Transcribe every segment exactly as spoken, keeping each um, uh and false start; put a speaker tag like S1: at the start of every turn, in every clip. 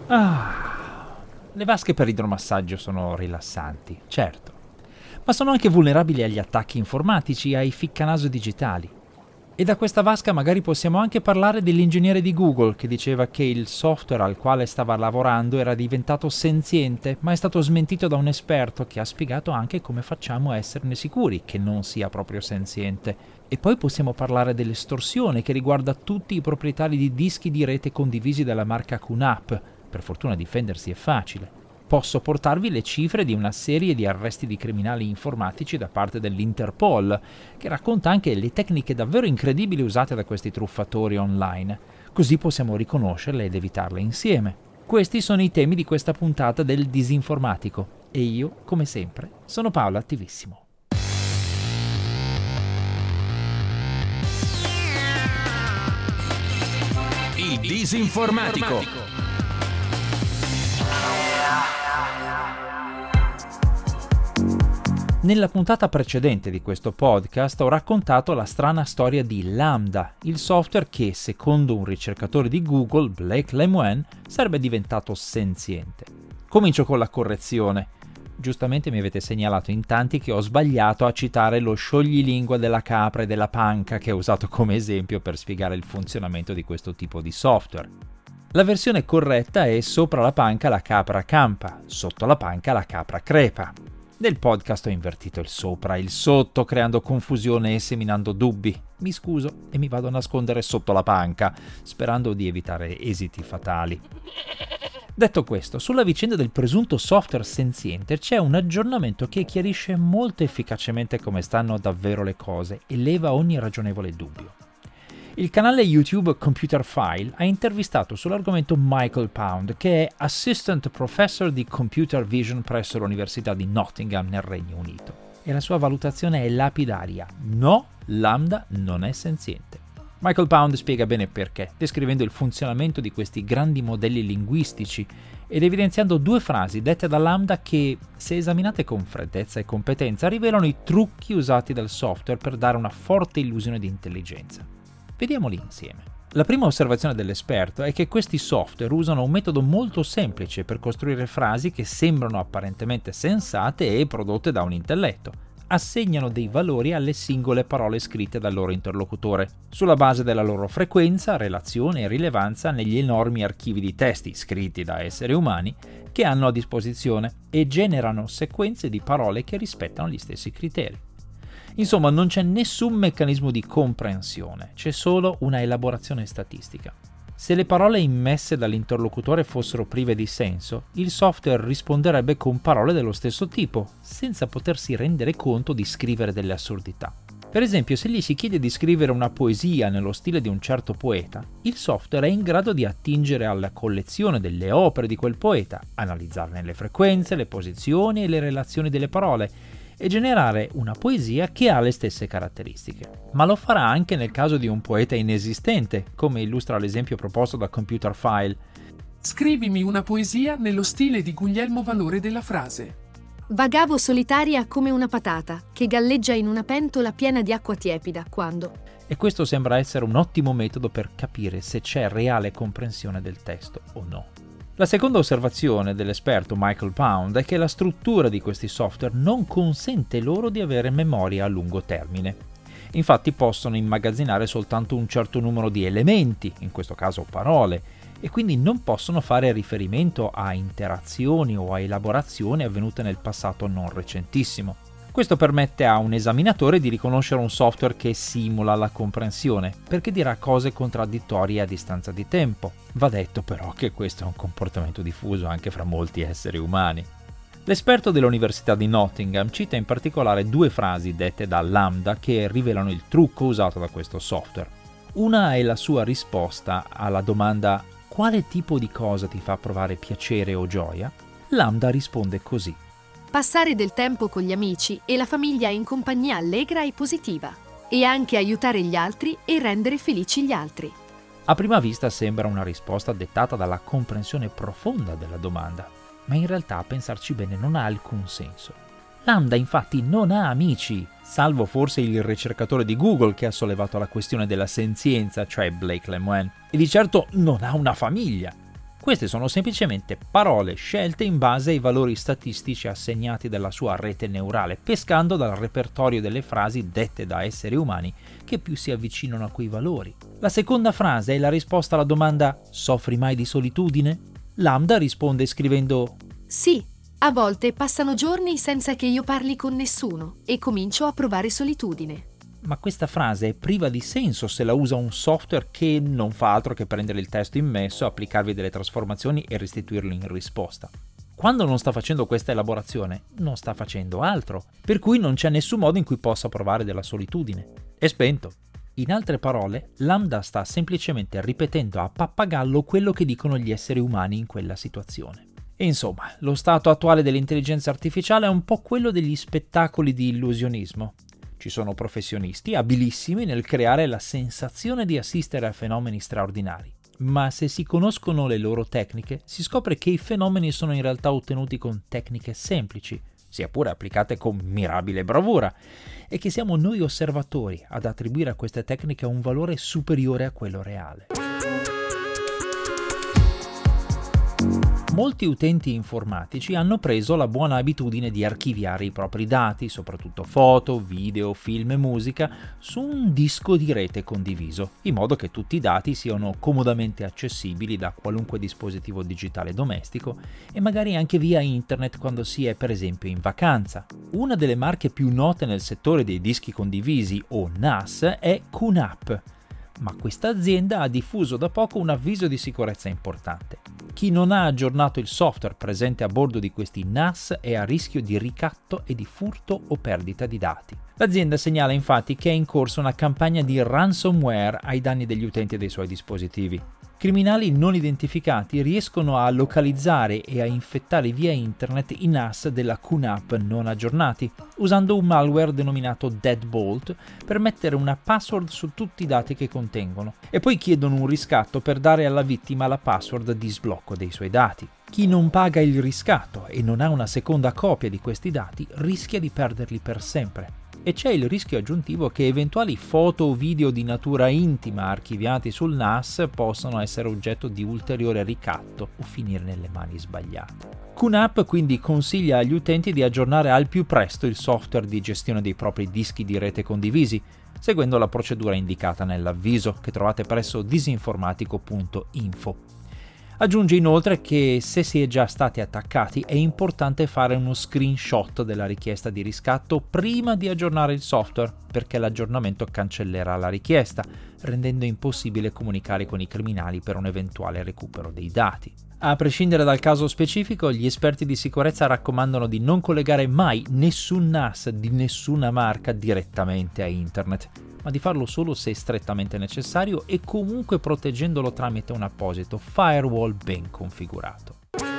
S1: Ah, le vasche per idromassaggio sono rilassanti, certo, ma sono anche vulnerabili agli attacchi informatici e ai ficcanaso digitali. E da questa vasca magari possiamo anche parlare dell'ingegnere di Google che diceva che il software al quale stava lavorando era diventato senziente, ma è stato smentito da un esperto che ha spiegato anche come facciamo a esserne sicuri che non sia proprio senziente. E poi possiamo parlare dell'estorsione che riguarda tutti i proprietari di dischi di rete condivisi dalla marca Q NAP. Per fortuna difendersi è facile. Posso portarvi le cifre di una serie di arresti di criminali informatici da parte dell'Interpol, che racconta anche le tecniche davvero incredibili usate da questi truffatori online. Così possiamo riconoscerle ed evitarle insieme. Questi sono i temi di questa puntata del Disinformatico e io, come sempre, sono Paolo Attivissimo.
S2: Il Disinformatico.
S1: Nella puntata precedente di questo podcast ho raccontato la strana storia di Lambda, il software che, secondo un ricercatore di Google, Blake Lemoine, sarebbe diventato senziente. Comincio con la correzione. Giustamente mi avete segnalato in tanti che ho sbagliato a citare lo scioglilingua della capra e della panca che ho usato come esempio per spiegare il funzionamento di questo tipo di software. La versione corretta è: sopra la panca la capra campa, sotto la panca la capra crepa. Nel podcast ho invertito il sopra e il sotto, creando confusione e seminando dubbi. Mi scuso e mi vado a nascondere sotto la panca, sperando di evitare esiti fatali. Detto questo, sulla vicenda del presunto software senziente c'è un aggiornamento che chiarisce molto efficacemente come stanno davvero le cose e leva ogni ragionevole dubbio. Il canale YouTube Computer File ha intervistato sull'argomento Michael Pound, che è Assistant Professor di Computer Vision presso l'Università di Nottingham nel Regno Unito. E la sua valutazione è lapidaria: no, Lambda non è senziente. Michael Pound spiega bene perché, descrivendo il funzionamento di questi grandi modelli linguistici ed evidenziando due frasi dette da Lambda che, se esaminate con freddezza e competenza, rivelano i trucchi usati dal software per dare una forte illusione di intelligenza. Vediamoli insieme. La prima osservazione dell'esperto è che questi software usano un metodo molto semplice per costruire frasi che sembrano apparentemente sensate e prodotte da un intelletto. Assegnano dei valori alle singole parole scritte dal loro interlocutore, sulla base della loro frequenza, relazione e rilevanza negli enormi archivi di testi scritti da esseri umani che hanno a disposizione, e generano sequenze di parole che rispettano gli stessi criteri. Insomma, non c'è nessun meccanismo di comprensione, c'è solo una elaborazione statistica. Se le parole immesse dall'interlocutore fossero prive di senso, il software risponderebbe con parole dello stesso tipo, senza potersi rendere conto di scrivere delle assurdità. Per esempio, se gli si chiede di scrivere una poesia nello stile di un certo poeta, il software è in grado di attingere alla collezione delle opere di quel poeta, analizzarne le frequenze, le posizioni e le relazioni delle parole, e generare una poesia che ha le stesse caratteristiche. Ma lo farà anche nel caso di un poeta inesistente, come illustra l'esempio proposto da Computer File.
S3: Scrivimi una poesia nello stile di Guglielmo Valore della frase:
S4: vagavo solitaria come una patata che galleggia in una pentola piena di acqua tiepida quando...
S1: E questo sembra essere un ottimo metodo per capire se c'è reale comprensione del testo o no. La seconda osservazione dell'esperto Michael Pound è che la struttura di questi software non consente loro di avere memoria a lungo termine. Infatti possono immagazzinare soltanto un certo numero di elementi, in questo caso parole, e quindi non possono fare riferimento a interazioni o a elaborazioni avvenute nel passato non recentissimo. Questo permette a un esaminatore di riconoscere un software che simula la comprensione, perché dirà cose contraddittorie a distanza di tempo. Va detto però che questo è un comportamento diffuso anche fra molti esseri umani. L'esperto dell'Università di Nottingham cita in particolare due frasi dette da Lambda che rivelano il trucco usato da questo software. Una è la sua risposta alla domanda «Quale tipo di cosa ti fa provare piacere o gioia?» Lambda risponde così:
S4: passare del tempo con gli amici e la famiglia in compagnia allegra e positiva, e anche aiutare gli altri e rendere felici gli altri.
S1: A prima vista sembra una risposta dettata dalla comprensione profonda della domanda, ma in realtà a pensarci bene non ha alcun senso. Lambda infatti non ha amici, salvo forse il ricercatore di Google che ha sollevato la questione della senzienza, cioè Blake Lemoine, e di certo non ha una famiglia. Queste sono semplicemente parole scelte in base ai valori statistici assegnati dalla sua rete neurale, pescando dal repertorio delle frasi dette da esseri umani che più si avvicinano a quei valori. La seconda frase è la risposta alla domanda «Soffri mai di solitudine?». Lambda risponde scrivendo
S4: Sì, a volte passano giorni senza che io parli con nessuno e comincio a provare solitudine.
S1: Ma questa frase è priva di senso se la usa un software che non fa altro che prendere il testo immesso, applicarvi delle trasformazioni e restituirlo in risposta. Quando non sta facendo questa elaborazione, non sta facendo altro, per cui non c'è nessun modo in cui possa provare della solitudine. È spento. In altre parole, Lambda sta semplicemente ripetendo a pappagallo quello che dicono gli esseri umani in quella situazione. E insomma, lo stato attuale dell'intelligenza artificiale è un po' quello degli spettacoli di illusionismo. Ci sono professionisti abilissimi nel creare la sensazione di assistere a fenomeni straordinari, ma se si conoscono le loro tecniche, si scopre che i fenomeni sono in realtà ottenuti con tecniche semplici, sia pure applicate con mirabile bravura, e che siamo noi osservatori ad attribuire a queste tecniche un valore superiore a quello reale. Molti utenti informatici hanno preso la buona abitudine di archiviare i propri dati, soprattutto foto, video, film e musica, su un disco di rete condiviso, in modo che tutti i dati siano comodamente accessibili da qualunque dispositivo digitale domestico e magari anche via internet quando si è per esempio in vacanza. Una delle marche più note nel settore dei dischi condivisi, o N A S, è QNAP. Ma questa azienda ha diffuso da poco un avviso di sicurezza importante. Chi non ha aggiornato il software presente a bordo di questi N A S è a rischio di ricatto e di furto o perdita di dati. L'azienda segnala infatti che è in corso una campagna di ransomware ai danni degli utenti e dei suoi dispositivi. Criminali non identificati riescono a localizzare e a infettare via internet i N A S della QNAP non aggiornati, usando un malware denominato Deadbolt per mettere una password su tutti i dati che contengono, e poi chiedono un riscatto per dare alla vittima la password di sblocco dei suoi dati. Chi non paga il riscatto e non ha una seconda copia di questi dati rischia di perderli per sempre. E c'è il rischio aggiuntivo che eventuali foto o video di natura intima archiviati sul N A S possano essere oggetto di ulteriore ricatto o finire nelle mani sbagliate. QNAP quindi consiglia agli utenti di aggiornare al più presto il software di gestione dei propri dischi di rete condivisi, seguendo la procedura indicata nell'avviso che trovate presso disinformatico punto info. Aggiunge inoltre che se si è già stati attaccati è importante fare uno screenshot della richiesta di riscatto prima di aggiornare il software, perché l'aggiornamento cancellerà la richiesta, rendendo impossibile comunicare con i criminali per un eventuale recupero dei dati. A prescindere dal caso specifico, gli esperti di sicurezza raccomandano di non collegare mai nessun N A S di nessuna marca direttamente a internet, ma di farlo solo se strettamente necessario e comunque proteggendolo tramite un apposito firewall ben configurato.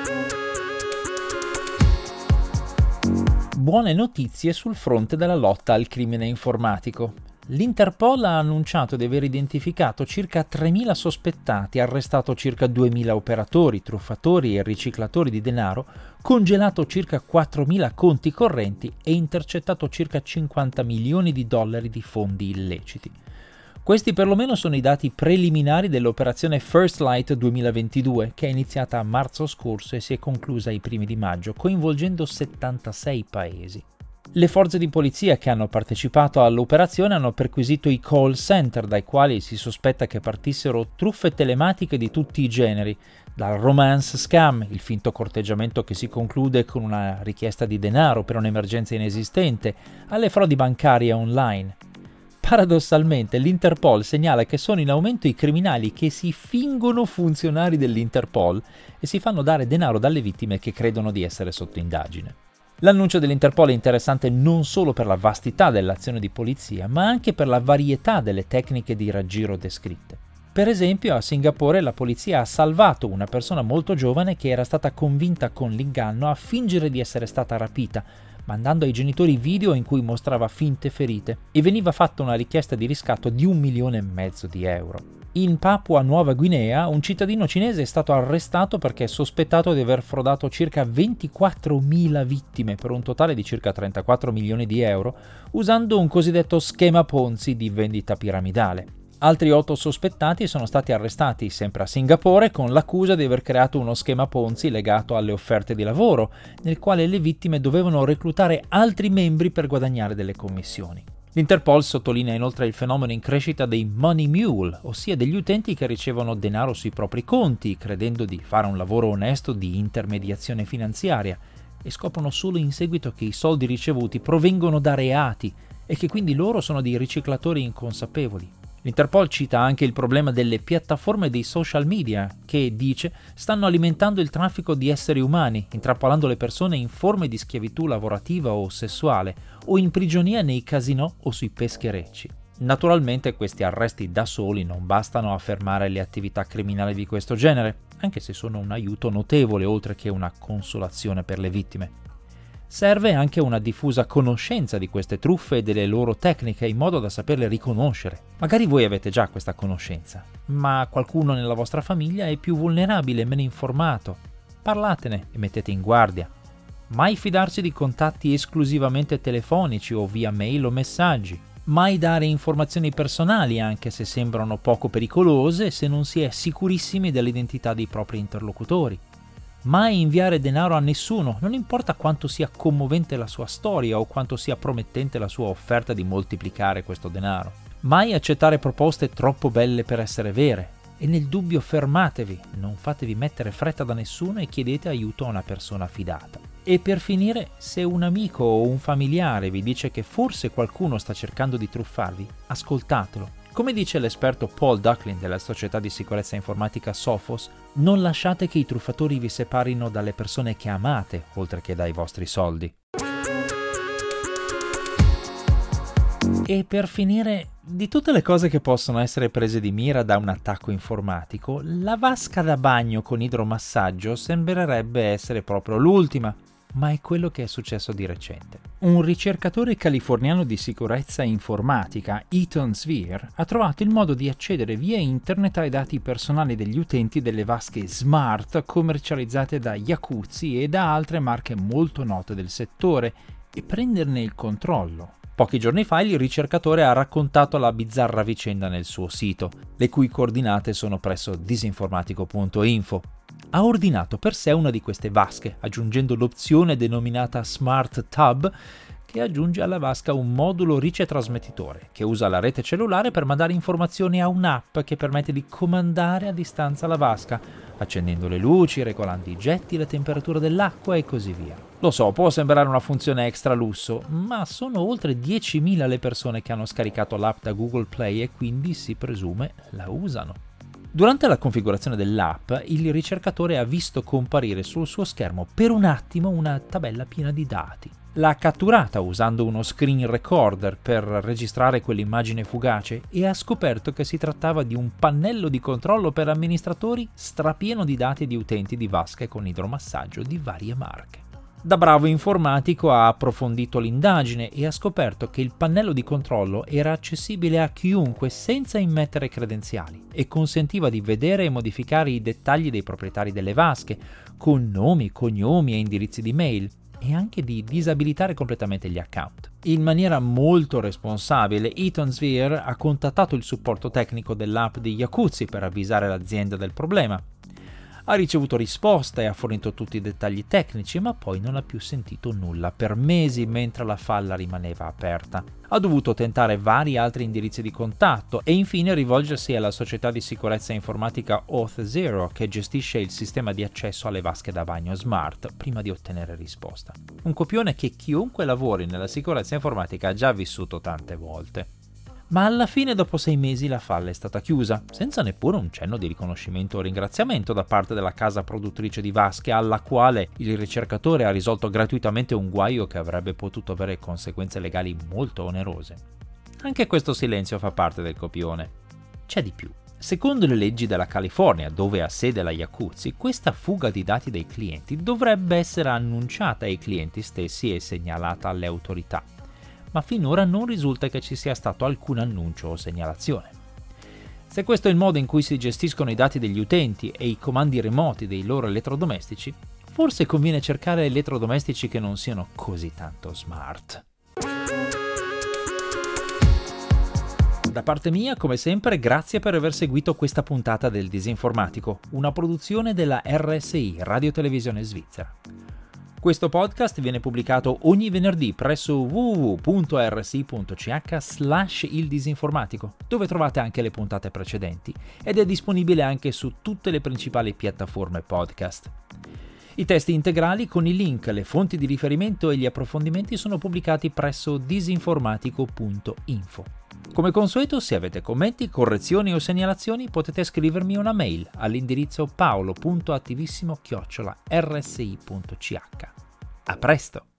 S1: Buone notizie sul fronte della lotta al crimine informatico. L'Interpol ha annunciato di aver identificato circa tremila sospettati, arrestato circa duemila operatori, truffatori e riciclatori di denaro, congelato circa quattromila conti correnti e intercettato circa cinquanta milioni di dollari di fondi illeciti. Questi perlomeno sono i dati preliminari dell'operazione First Light duemilaventidue, che è iniziata a marzo scorso e si è conclusa ai primi di maggio, coinvolgendo settantasei paesi. Le forze di polizia che hanno partecipato all'operazione hanno perquisito i call center dai quali si sospetta che partissero truffe telematiche di tutti i generi, dal romance scam, il finto corteggiamento che si conclude con una richiesta di denaro per un'emergenza inesistente, alle frodi bancarie online. Paradossalmente, l'Interpol segnala che sono in aumento i criminali che si fingono funzionari dell'Interpol e si fanno dare denaro dalle vittime che credono di essere sotto indagine. L'annuncio dell'Interpol è interessante non solo per la vastità dell'azione di polizia, ma anche per la varietà delle tecniche di raggiro descritte. Per esempio, a Singapore la polizia ha salvato una persona molto giovane che era stata convinta con l'inganno a fingere di essere stata rapita, mandando ai genitori video in cui mostrava finte ferite, e veniva fatta una richiesta di riscatto di un milione e mezzo di euro. In Papua Nuova Guinea, un cittadino cinese è stato arrestato perché è sospettato di aver frodato circa ventiquattromila vittime per un totale di circa trentaquattro milioni di euro, usando un cosiddetto schema Ponzi di vendita piramidale. Altri otto sospettati sono stati arrestati sempre a Singapore con l'accusa di aver creato uno schema Ponzi legato alle offerte di lavoro, nel quale le vittime dovevano reclutare altri membri per guadagnare delle commissioni. L'Interpol sottolinea inoltre il fenomeno in crescita dei money mule, ossia degli utenti che ricevono denaro sui propri conti, credendo di fare un lavoro onesto di intermediazione finanziaria, e scoprono solo in seguito che i soldi ricevuti provengono da reati e che quindi loro sono dei riciclatori inconsapevoli. L'Interpol cita anche il problema delle piattaforme dei social media che, dice, stanno alimentando il traffico di esseri umani, intrappolando le persone in forme di schiavitù lavorativa o sessuale o in prigionia nei casinò o sui pescherecci. Naturalmente questi arresti da soli non bastano a fermare le attività criminali di questo genere, anche se sono un aiuto notevole oltre che una consolazione per le vittime. Serve anche una diffusa conoscenza di queste truffe e delle loro tecniche in modo da saperle riconoscere. Magari voi avete già questa conoscenza, ma qualcuno nella vostra famiglia è più vulnerabile e meno informato. Parlatene e mettete in guardia. Mai fidarsi di contatti esclusivamente telefonici o via mail o messaggi. Mai dare informazioni personali anche se sembrano poco pericolose se non si è sicurissimi dell'identità dei propri interlocutori. Mai inviare denaro a nessuno, non importa quanto sia commovente la sua storia o quanto sia promettente la sua offerta di moltiplicare questo denaro. Mai accettare proposte troppo belle per essere vere. E nel dubbio fermatevi, non fatevi mettere fretta da nessuno e chiedete aiuto a una persona fidata. E per finire, se un amico o un familiare vi dice che forse qualcuno sta cercando di truffarvi, ascoltatelo. Come dice l'esperto Paul Ducklin della società di sicurezza informatica Sophos, non lasciate che i truffatori vi separino dalle persone che amate, oltre che dai vostri soldi. E per finire, di tutte le cose che possono essere prese di mira da un attacco informatico, la vasca da bagno con idromassaggio sembrerebbe essere proprio l'ultima. Ma è quello che è successo di recente. Un ricercatore californiano di sicurezza informatica, Ethan Sveer, ha trovato il modo di accedere via internet ai dati personali degli utenti delle vasche smart commercializzate da Jacuzzi e da altre marche molto note del settore e prenderne il controllo. Pochi giorni fa il ricercatore ha raccontato la bizzarra vicenda nel suo sito, le cui coordinate sono presso disinformatico punto info. Ha ordinato per sé una di queste vasche, aggiungendo l'opzione denominata Smart Tub, che aggiunge alla vasca un modulo ricetrasmettitore, che usa la rete cellulare per mandare informazioni a un'app che permette di comandare a distanza la vasca, accendendo le luci, regolando i getti, la temperatura dell'acqua e così via. Lo so, può sembrare una funzione extra lusso, ma sono oltre diecimila le persone che hanno scaricato l'app da Google Play e quindi si presume la usano. Durante la configurazione dell'app, il ricercatore ha visto comparire sul suo schermo per un attimo una tabella piena di dati. L'ha catturata usando uno screen recorder per registrare quell'immagine fugace e ha scoperto che si trattava di un pannello di controllo per amministratori strapieno di dati di utenti di vasche con idromassaggio di varie marche. Da bravo informatico ha approfondito l'indagine e ha scoperto che il pannello di controllo era accessibile a chiunque senza immettere credenziali e consentiva di vedere e modificare i dettagli dei proprietari delle vasche, con nomi, cognomi e indirizzi di mail, e anche di disabilitare completamente gli account. In maniera molto responsabile, Ethan Sveer ha contattato il supporto tecnico dell'app di Jacuzzi per avvisare l'azienda del problema. Ha ricevuto risposta e ha fornito tutti i dettagli tecnici, ma poi non ha più sentito nulla per mesi mentre la falla rimaneva aperta. Ha dovuto tentare vari altri indirizzi di contatto e infine rivolgersi alla società di sicurezza informatica Auth0, che gestisce il sistema di accesso alle vasche da bagno smart, prima di ottenere risposta. Un copione che chiunque lavori nella sicurezza informatica ha già vissuto tante volte. Ma alla fine, dopo sei mesi, la falla è stata chiusa, senza neppure un cenno di riconoscimento o ringraziamento da parte della casa produttrice di vasche, alla quale il ricercatore ha risolto gratuitamente un guaio che avrebbe potuto avere conseguenze legali molto onerose. Anche questo silenzio fa parte del copione. C'è di più. Secondo le leggi della California, dove ha sede la Jacuzzi, questa fuga di dati dei clienti dovrebbe essere annunciata ai clienti stessi e segnalata alle autorità. Ma finora non risulta che ci sia stato alcun annuncio o segnalazione. Se questo è il modo in cui si gestiscono i dati degli utenti e i comandi remoti dei loro elettrodomestici, forse conviene cercare elettrodomestici che non siano così tanto smart. Da parte mia, come sempre, grazie per aver seguito questa puntata del Disinformatico, una produzione della R S I, Radio Televisione Svizzera. Questo podcast viene pubblicato ogni venerdì presso w w w punto r s i punto c h slash il disinformatico, dove trovate anche le puntate precedenti, ed è disponibile anche su tutte le principali piattaforme podcast. I testi integrali con i link, le fonti di riferimento e gli approfondimenti sono pubblicati presso disinformatico punto info. Come consueto, se avete commenti, correzioni o segnalazioni, potete scrivermi una mail all'indirizzo paolo punto attivissimo chiocciola r s i punto c h. A presto!